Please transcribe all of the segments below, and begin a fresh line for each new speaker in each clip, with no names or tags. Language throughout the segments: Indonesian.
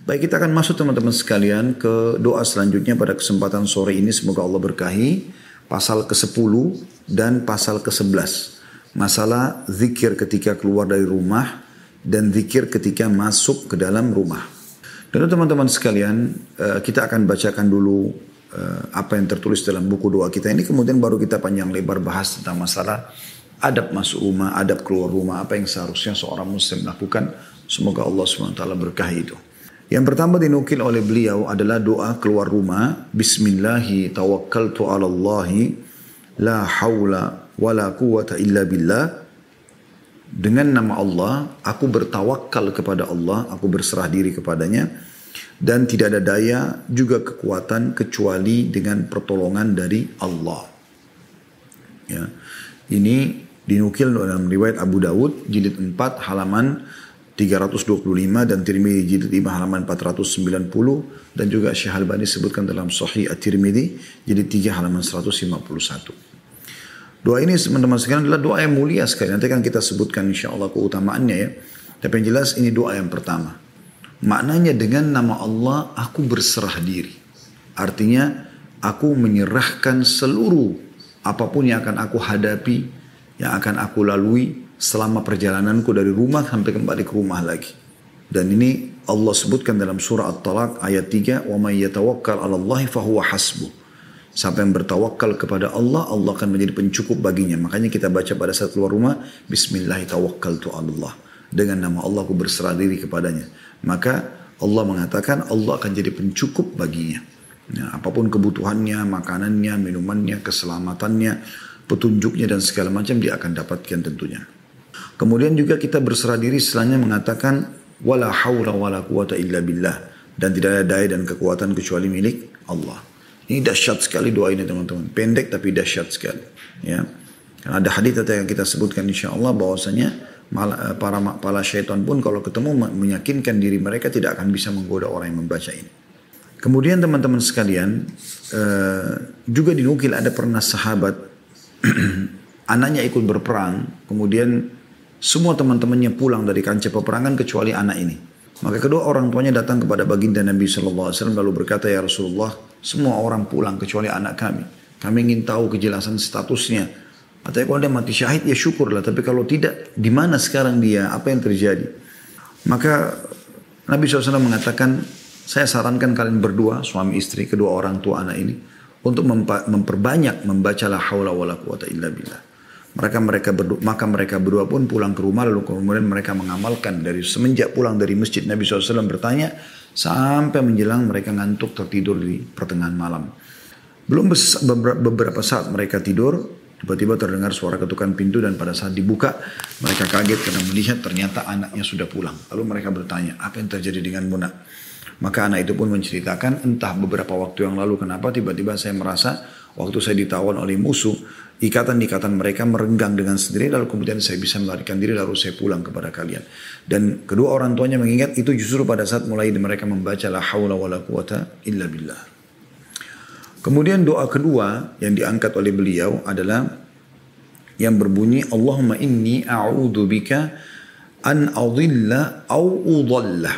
Baik, kita akan masuk teman-teman sekalian ke doa selanjutnya pada kesempatan sore ini. Semoga Allah berkahi. Pasal ke-10 dan pasal ke-11. Masalah zikir ketika keluar dari rumah dan zikir ketika masuk ke dalam rumah. Dan teman-teman sekalian, kita akan bacakan dulu apa yang tertulis dalam buku doa kita ini. Kemudian baru kita panjang lebar bahas tentang masalah adab masuk rumah, adab keluar rumah. Apa yang seharusnya seorang muslim lakukan. Semoga Allah SWT berkahi itu. Yang pertama dinukil oleh beliau adalah doa keluar rumah. Bismillahi tawakkaltu ala Allahi la hawla wa la quwata illa billah. Dengan nama Allah, aku bertawakal kepada Allah, aku berserah diri kepadanya. Dan tidak ada daya juga kekuatan kecuali dengan pertolongan dari Allah. Ya. Ini dinukil dalam riwayat Abu Dawud, jilid 4 halaman 325 dan Tirmidzi jilid 5 halaman 490 dan juga Syekh Albani sebutkan dalam Sahih At-Tirmidzi jilid 3 halaman 151. Doa ini teman-teman sekalian adalah doa yang mulia sekali. Nanti akan kita sebutkan insyaallah keutamaannya ya. Tapi yang jelas ini doa yang pertama. Maknanya dengan nama Allah aku berserah diri. Artinya aku menyerahkan seluruh apapun yang akan aku hadapi, yang akan aku lalui selama perjalananku dari rumah sampai kembali ke rumah lagi. Dan ini Allah sebutkan dalam surah At-Talaq ayat 3, "Wa may yatawakkal 'ala Allahi fahuwa hasbuh." Siapa yang bertawakal kepada Allah, Allah akan menjadi pencukup baginya. Makanya kita baca pada saat keluar rumah, Bismillahi tawakkaltu 'ala Allah. Dengan nama Allah aku berserah diri kepadanya. Maka Allah mengatakan Allah akan jadi pencukup baginya. Ya, apapun kebutuhannya, makanannya, minumannya, keselamatannya, petunjuknya dan segala macam dia akan dapatkan tentunya. Kemudian juga kita berserah diri setelahnya mengatakan wala haula wala quwata illa billah, dan tidak ada daya dan kekuatan kecuali milik Allah. Ini dahsyat sekali doa ini teman-teman. Pendek tapi dahsyat sekali. Ya. Karena ada hadis yang kita sebutkan insyaallah bahwasanya para syaitan pun kalau ketemu meyakinkan diri mereka tidak akan bisa menggoda orang yang membaca ini. Kemudian teman-teman sekalian juga dinukil ada pernah sahabat anaknya ikut berperang, kemudian semua teman-temannya pulang dari kancah peperangan kecuali anak ini. Maka kedua orang tuanya datang kepada baginda Nabi SAW lalu berkata, "Ya Rasulullah, semua orang pulang kecuali anak kami. Kami ingin tahu kejelasan statusnya. Katanya kalau dia mati syahid ya syukurlah, tapi kalau tidak, di mana sekarang dia? Apa yang terjadi?" Maka Nabi SAW mengatakan, "Saya sarankan kalian berdua, suami istri, kedua orang tua anak ini, untuk memperbanyak membaca la haula wala quwata illa billah." Maka mereka berdua pun pulang ke rumah, lalu kemudian mereka mengamalkan dari semenjak pulang dari masjid. Nabi SAW bertanya sampai menjelang mereka ngantuk tertidur di pertengahan malam. Belum beberapa saat mereka tidur, tiba-tiba terdengar suara ketukan pintu dan pada saat dibuka mereka kaget karena melihat ternyata anaknya sudah pulang. Lalu mereka bertanya, "Apa yang terjadi denganmu nak?" Maka anak itu pun menceritakan, entah beberapa waktu yang lalu kenapa tiba-tiba saya merasa waktu saya ditawan oleh musuh, ikatan-ikatan mereka merenggang dengan sendiri, lalu kemudian saya bisa melarikan diri, lalu saya pulang kepada kalian. Dan kedua orang tuanya mengingat itu justru pada saat mulai mereka membaca la haula wa la quwata illa billah. Kemudian doa kedua yang diangkat oleh beliau adalah yang berbunyi, Allahumma inni a'udhu bika an adilla au udalla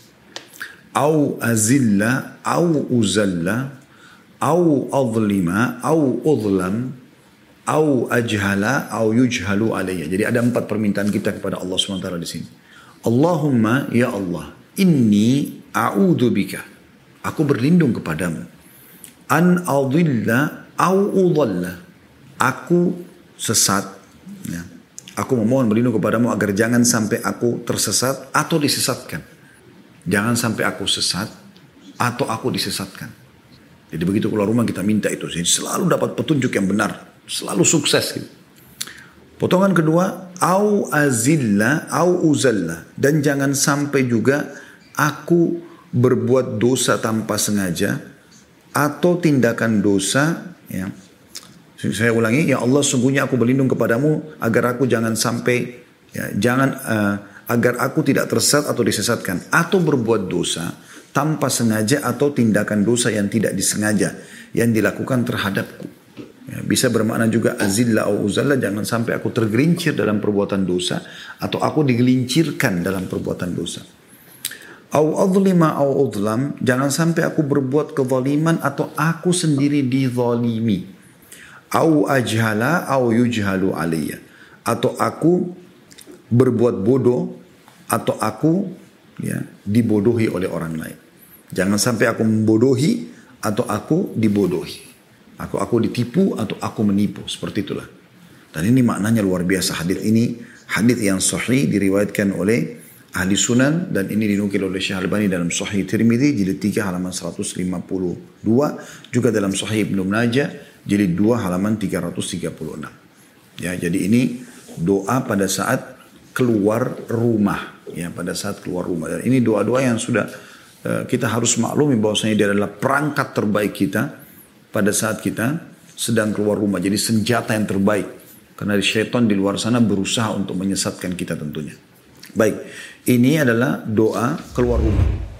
au azilla au uzalla au adlima au udlam au ajhala au yujhalu alayya. Jadi ada 4 permintaan kita kepada Allah SWT di sini. Allahumma ya Allah, inni a'udhu bika, aku berlindung kepadamu, an adilla au udalla, aku sesat ya. Aku memohon berlindung kepadamu agar jangan sampai aku tersesat atau disesatkan. Jangan sampai aku sesat atau aku disesatkan. Jadi begitu keluar rumah kita minta itu. Jadi selalu dapat petunjuk yang benar. Selalu sukses gitu. Potongan kedua, au azilla au uzalla, dan jangan sampai juga aku berbuat dosa tanpa sengaja atau tindakan dosa ya. Saya ulangi, ya Allah sungguhnya aku berlindung kepadamu agar aku jangan sampai ya, agar aku tidak tersesat atau disesatkan atau berbuat dosa tanpa sengaja atau tindakan dosa yang tidak disengaja yang dilakukan terhadapku. Ya, bisa bermakna juga azilla au uzalla, jangan sampai aku tergelincir dalam perbuatan dosa atau aku digelincirkan dalam perbuatan dosa. Au adlima au udlam, jangan sampai aku berbuat kezaliman atau aku sendiri dizalimi. Au ajhala au yujhalu alayya, atau aku berbuat bodoh atau aku dibodohi oleh orang lain. Jangan sampai aku membodohi atau aku dibodohi. Aku ditipu atau aku menipu, seperti itulah. Dan ini maknanya luar biasa. Hadis ini hadis yang sahih, diriwayatkan oleh ahli sunan, dan ini dinukil oleh Syekh Albani dalam Sahih Tirmidzi jilid 3 halaman 152, juga dalam Sahih Ibnu Majah jilid 2 halaman 336. Ya, jadi ini doa pada saat keluar rumah, ya, pada saat keluar rumah. Dan ini doa-doa yang sudah kita harus maklumi bahwasanya dia adalah perangkat terbaik kita pada saat kita sedang keluar rumah. Jadi senjata yang terbaik, karena syaitan di luar sana berusaha untuk menyesatkan kita tentunya. Baik, ini adalah doa keluar rumah.